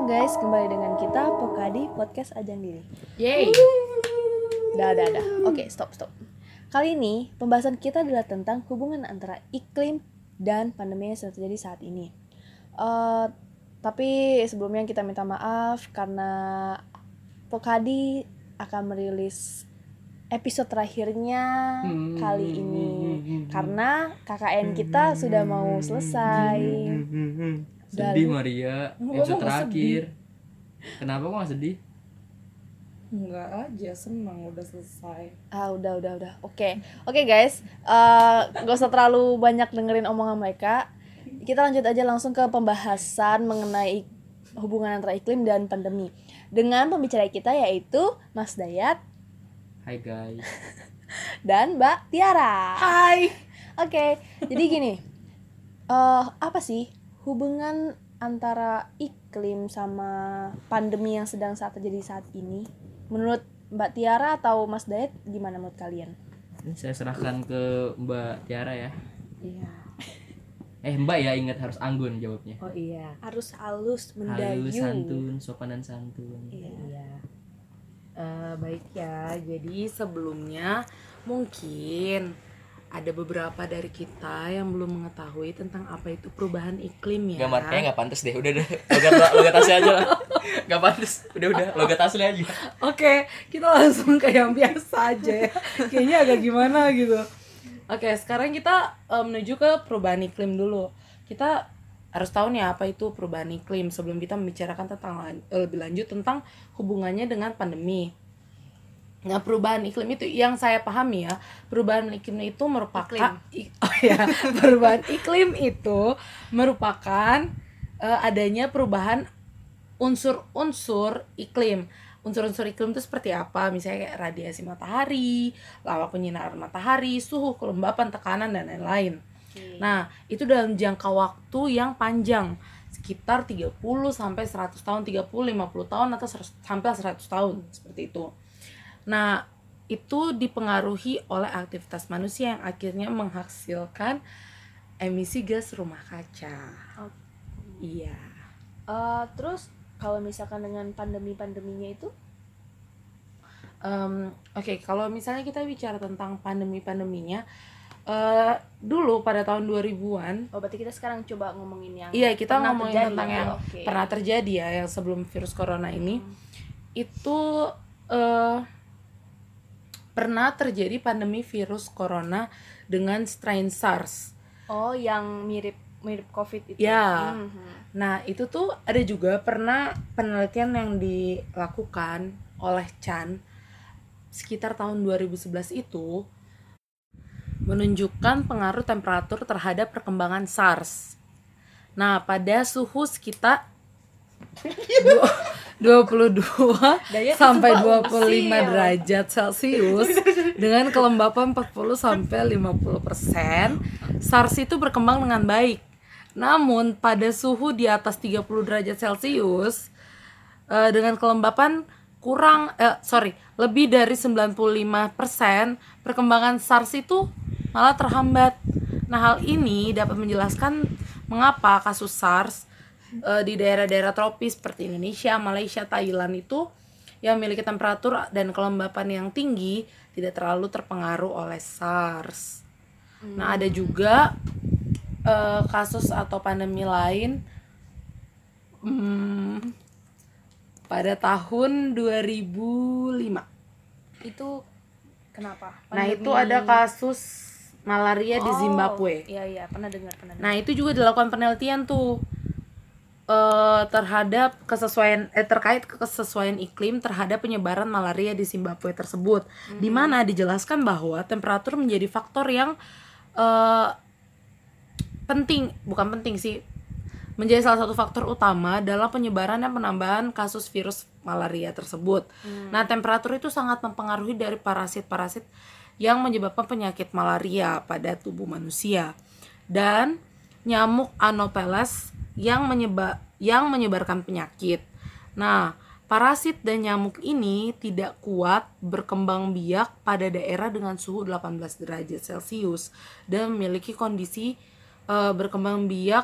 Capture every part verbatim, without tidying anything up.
guys, kembali dengan kita Pokadi Podcast Ajang Diri. Yeay. Dah, dah, dah. Oke, stop, stop. Kali ini pembahasan kita adalah tentang hubungan antara iklim dan pandemi yang sedang terjadi saat ini. Uh, tapi sebelumnya kita minta maaf karena Pokadi akan merilis episode terakhirnya hmm. kali ini karena K K N kita sudah mau selesai. Sedih Maria, episode terakhir. Kenapa kok gak sedih? Enggak aja, senang udah selesai. Ah udah udah udah. Oke okay. Oke okay, guys, uh, gak usah terlalu banyak dengerin omongan mereka. Kita lanjut aja langsung ke pembahasan mengenai hubungan antara iklim dan pandemi dengan pembicara kita yaitu Mas Dayat. Hai guys. Dan Mbak Tiara. Hai. Oke, okay, jadi gini, uh, apa sih hubungan antara iklim sama pandemi yang sedang saat terjadi saat ini? Menurut Mbak Tiara atau Mas Dayat, gimana menurut kalian? Saya serahkan ke Mbak Tiara ya. Iya. Eh Mbak ya, ingat harus anggun jawabnya. Oh iya. Harus halus mendayu. Halus santun, sopan dan santun. Iya. iya. Uh, baik ya, jadi sebelumnya mungkin ada beberapa dari kita yang belum mengetahui tentang apa itu perubahan iklim ya. Gambar kayak nggak pantas deh, udah deh, logat logat asli aja lah, nggak pantas, udah udah logat asli aja. Oke, kita langsung ke yang biasa aja ya, kayaknya agak gimana gitu. Oke, sekarang kita uh, menuju ke perubahan iklim dulu. Kita harus tahu nih apa itu perubahan iklim sebelum kita membicarakan tentang lebih lanjut tentang hubungannya dengan pandemi. Nah, perubahan iklim itu yang saya pahami ya, perubahan iklim itu merupakan iklim. oh ya, perubahan iklim itu merupakan uh, adanya perubahan unsur-unsur iklim. Unsur-unsur iklim itu seperti apa? Misalnya kayak radiasi matahari, lama penyinaran matahari, suhu, kelembapan, tekanan dan lain-lain. Okay. Nah, itu dalam jangka waktu yang panjang, sekitar tiga puluh sampai seratus tahun, tiga puluh lima puluh tahun atau seratus sampai seratus tahun seperti itu. Nah, itu dipengaruhi oleh aktivitas manusia yang akhirnya menghasilkan emisi gas rumah kaca. Oh. Iya. Uh, terus kalau misalkan dengan pandemi-pandeminya itu? Um, Oke, okay, kalau misalnya kita bicara tentang pandemi-pandeminya, uh, dulu pada tahun dua ribuan. Oh, berarti kita sekarang coba ngomongin yang iya, kita ngomongin terjadi, tentang yang okay. pernah terjadi ya, yang sebelum virus corona ini. Hmm. Itu uh, pernah terjadi pandemi virus corona dengan strain SARS. Oh, yang mirip mirip COVID itu. Ya. Mm-hmm. Nah, itu tuh ada juga pernah penelitian yang dilakukan oleh Chan sekitar tahun dua ribu sebelas itu menunjukkan pengaruh temperatur terhadap perkembangan SARS. Nah, pada suhu sekitar dua puluh dua sampai dua puluh lima derajat Celcius dengan kelembapan empat puluh sampai lima puluh persen, SARS itu berkembang dengan baik. Namun pada suhu di atas tiga puluh derajat Celcius uh, dengan kelembapan kurang eh sorry, lebih dari sembilan puluh lima persen, perkembangan SARS itu malah terhambat. Nah, hal ini dapat menjelaskan mengapa kasus SARS di daerah-daerah tropis seperti Indonesia, Malaysia, Thailand itu yang memiliki temperatur dan kelembapan yang tinggi tidak terlalu terpengaruh oleh SARS. Hmm. Nah, ada juga uh, kasus atau pandemi lain hmm, pada tahun dua ribu lima. Itu kenapa? Pandemi... Nah, itu ada kasus malaria oh, di Zimbabwe. Iya iya, pernah dengar, pernah dengar. Nah, itu juga dilakukan penelitian tuh. Uh, terhadap kesesuaian eh, terkait kesesuaian iklim terhadap penyebaran malaria di Zimbabwe tersebut, mm-hmm. di mana dijelaskan bahwa temperatur menjadi faktor yang uh, penting, bukan penting sih, menjadi salah satu faktor utama dalam penyebaran dan penambahan kasus virus malaria tersebut. Mm. Nah, temperatur itu sangat mempengaruhi dari parasit-parasit yang menyebabkan penyakit malaria pada tubuh manusia dan nyamuk Anopheles yang menyebar yang menyebarkan penyakit. Nah, parasit dan nyamuk ini tidak kuat berkembang biak pada daerah dengan suhu delapan belas derajat Celcius dan memiliki kondisi e, berkembang biak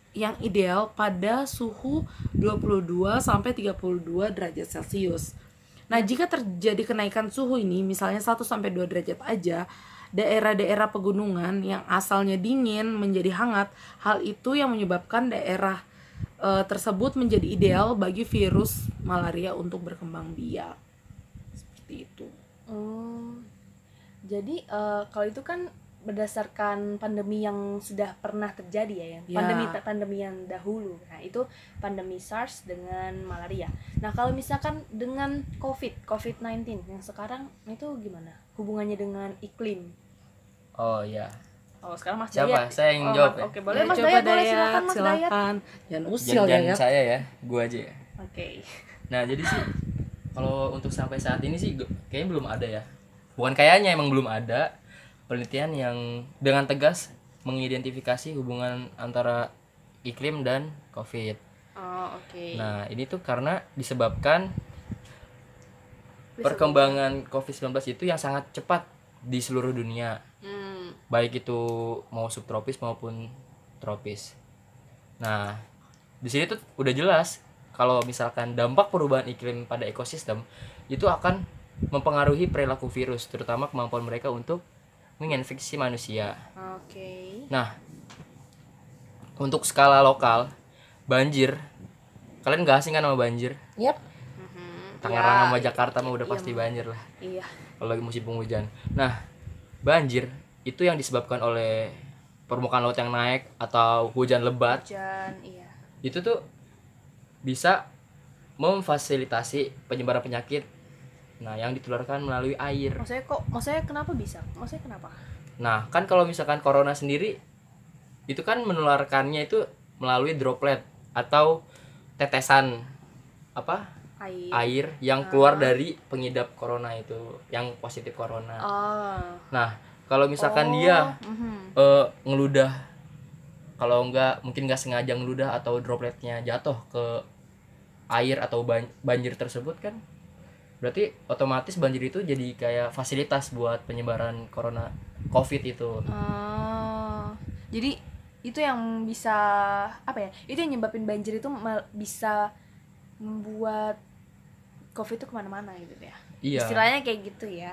yang ideal pada suhu dua puluh dua sampai tiga puluh dua derajat Celcius. Nah, jika terjadi kenaikan suhu ini misalnya satu sampai dua derajat aja, daerah-daerah pegunungan yang asalnya dingin menjadi hangat, hal itu yang menyebabkan daerah e, tersebut menjadi ideal bagi virus malaria untuk berkembang biak. Seperti itu. Hmm. Jadi uh, kalau itu kan berdasarkan pandemi yang sudah pernah terjadi ya, yang Ya. pandemi pandemi yang dahulu. Nah, itu pandemi SARS dengan malaria. Nah, kalau misalkan dengan COVID, covid sembilan belas yang sekarang itu gimana? Hubungannya dengan iklim? Oh iya. Oh, sekarang Mas Siapa? Dayat. Saya yang Oh, jawab Mas- ya? Oke, boleh Ya, Mas coba Dayat, boleh Dayat, silakan Mas Dayat. silakan. Jangan usil Jangan, ya, jangan ya. saya ya, gua aja ya. Oke. Nah, jadi sih kalau untuk sampai saat ini sih gu- kayaknya belum ada ya. Bukan kayaknya, emang belum ada penelitian yang dengan tegas mengidentifikasi hubungan antara iklim dan COVID. Oh, oke. Nah, ini tuh karena disebabkan Bisa perkembangan covid sembilan belas itu yang sangat cepat di seluruh dunia. Hmm. Baik itu mau subtropis maupun tropis. Nah, di sini tuh udah jelas kalau misalkan dampak perubahan iklim pada ekosistem itu akan mempengaruhi perilaku virus, terutama kemampuan mereka untuk menginfeksi manusia. Oke. Nah, untuk skala lokal, banjir, kalian gak asing kan sama banjir? Yap. Mhm. Tangerang Ya, sama Jakarta mah udah iya, pasti banjir lah Iya. kalau lagi musim penghujan. Nah, banjir itu yang disebabkan oleh permukaan laut yang naik atau hujan lebat. Hujan, iya. Itu tuh bisa memfasilitasi penyebaran penyakit, nah yang ditularkan melalui air. Maksudnya kok, maksudnya kenapa bisa? Maksudnya kenapa? Nah, kan kalau misalkan corona sendiri itu kan menularkannya itu melalui droplet atau tetesan apa Air. air yang keluar dari pengidap corona itu, yang positif corona. Oh. Nah, kalau misalkan Oh, dia mhm. eh, ngeludah, kalau enggak mungkin nggak sengaja ngeludah atau dropletnya jatuh ke air atau ban- banjir tersebut kan, berarti otomatis banjir itu jadi kayak fasilitas buat penyebaran corona covid itu. Oh. Jadi itu yang bisa apa ya? Itu yang nyebabin banjir itu mal- bisa membuat COVID itu kemana-mana gitu ya. Iya. Istilahnya kayak gitu ya.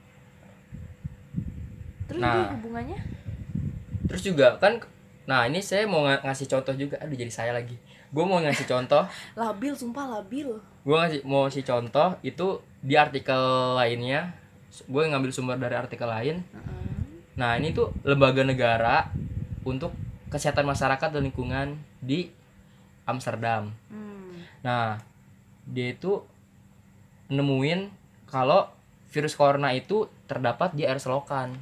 Terus Nah. itu hubungannya? Terus juga kan, nah ini saya mau ng- ngasih contoh juga, aduh jadi saya lagi. Gue mau ngasih contoh, Labil, sumpah labil. gue ngasih mau ngasih contoh itu di artikel lainnya. Gue ngambil sumber dari artikel lain. Heeh. Nah, ini tuh lembaga negara untuk kesehatan masyarakat dan lingkungan di Amsterdam. Hmm. Nah, dia itu nemuin kalau virus corona itu terdapat di air selokan.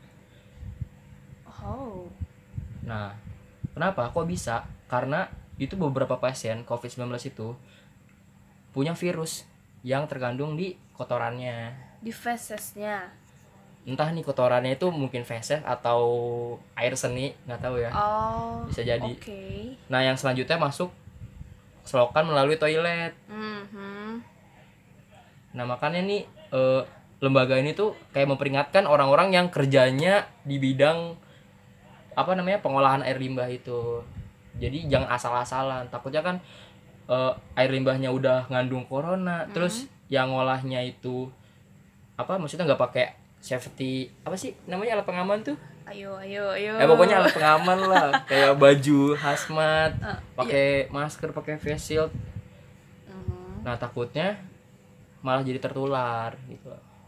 Oh. Nah, kenapa? Kok bisa? Karena itu beberapa pasien covid sembilan belas itu punya virus yang terkandung di kotorannya. Di fesesnya. Entah nih kotorannya itu mungkin feses atau air seni, nggak tahu ya. Oh. Bisa jadi. Oke. Nah, yang selanjutnya masuk selokan melalui toilet. Mhm. Nah, makanya nih eh, lembaga ini tuh kayak memperingatkan orang-orang yang kerjanya di bidang apa namanya pengolahan air limbah itu. Jadi jangan asal-asalan. Takutnya kan eh, air limbahnya udah ngandung corona, terus yang ngolahnya itu apa maksudnya nggak pakai safety apa sih namanya alat pengaman tuh? Ayo, ayo, ayo. Eh pokoknya alat pengaman lah, kayak baju hazmat, Ah, pakai masker, pakai face shield. Mhm. Nah, takutnya malah jadi tertular gitu.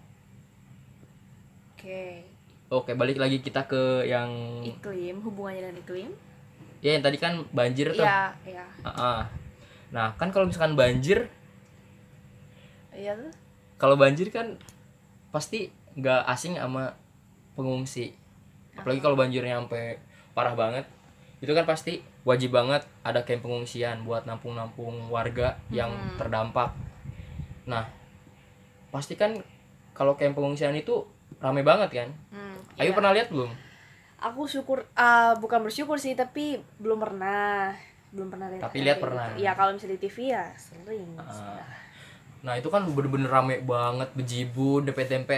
Oke. Oke, balik lagi kita ke yang Iklim, hubungannya dengan iklim? ya yang tadi kan banjir tuh. Iya, iya. Ah, ah. Nah, kan kalau misalkan banjir, Iya tuh. kalau banjir kan pasti nggak asing sama pengungsi. Apalagi kalau banjirnya sampai parah banget, itu kan pasti wajib banget ada camp pengungsian buat nampung-nampung warga yang Hmm. terdampak. Nah, pasti kan kalau camp pengungsian itu rame banget kan? Hmm, Ayu iya. pernah lihat belum? Aku syukur, ah, bukan bersyukur sih, tapi belum pernah, belum pernah lihat. Tapi kayak lihat gitu. pernah. Iya, kalau misalnya di T V ya sering. Ah. Nah, itu kan bener-bener rame banget, bejibun,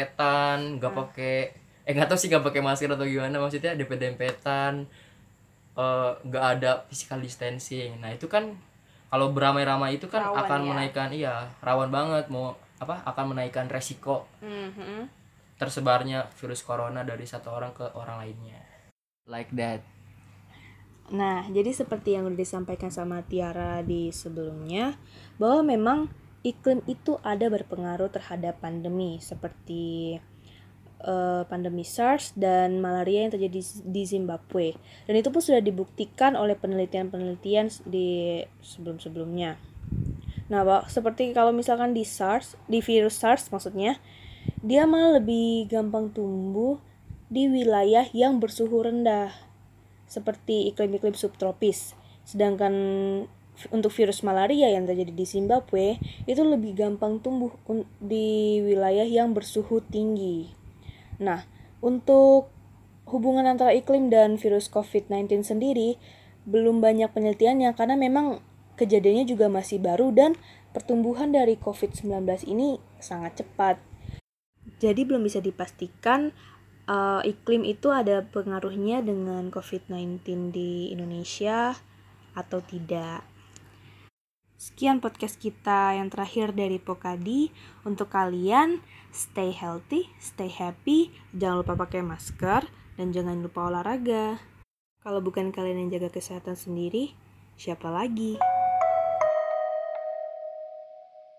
dempet-dempetan, nggak Hmm. pakai eh nggak tahu sih nggak pakai masker atau gimana, maksudnya dempet-dempetan, eh, nggak ada physical distancing. Nah itu kan kalau beramai-ramai itu kan Rawan, akan ya. menaikkan, iya rawan banget, mau apa akan menaikkan resiko Mhm. tersebarnya virus corona dari satu orang ke orang lainnya, like that. Nah, jadi seperti yang udah disampaikan sama Tiara di sebelumnya, bahwa memang iklim itu ada berpengaruh terhadap pandemi seperti eh, pandemi SARS dan malaria yang terjadi di Zimbabwe. Dan itu pun sudah dibuktikan oleh penelitian-penelitian di sebelum-sebelumnya. Nah, Pak, seperti kalau misalkan di SARS, di virus SARS maksudnya, dia malah lebih gampang tumbuh di wilayah yang bersuhu rendah, seperti iklim-iklim subtropis. Sedangkan untuk virus malaria yang terjadi di Zimbabwe, itu lebih gampang tumbuh di wilayah yang bersuhu tinggi. Nah, untuk hubungan antara iklim dan virus covid sembilan belas sendiri, belum banyak penelitiannya karena memang kejadiannya juga masih baru dan pertumbuhan dari covid sembilan belas ini sangat cepat. Jadi belum bisa dipastikan uh, iklim itu ada pengaruhnya dengan covid sembilan belas di Indonesia atau tidak. Sekian podcast kita yang terakhir dari Pokadi. Untuk kalian, stay healthy, stay happy, jangan lupa pakai masker, dan jangan lupa olahraga. Kalau bukan kalian yang jaga kesehatan sendiri, siapa lagi?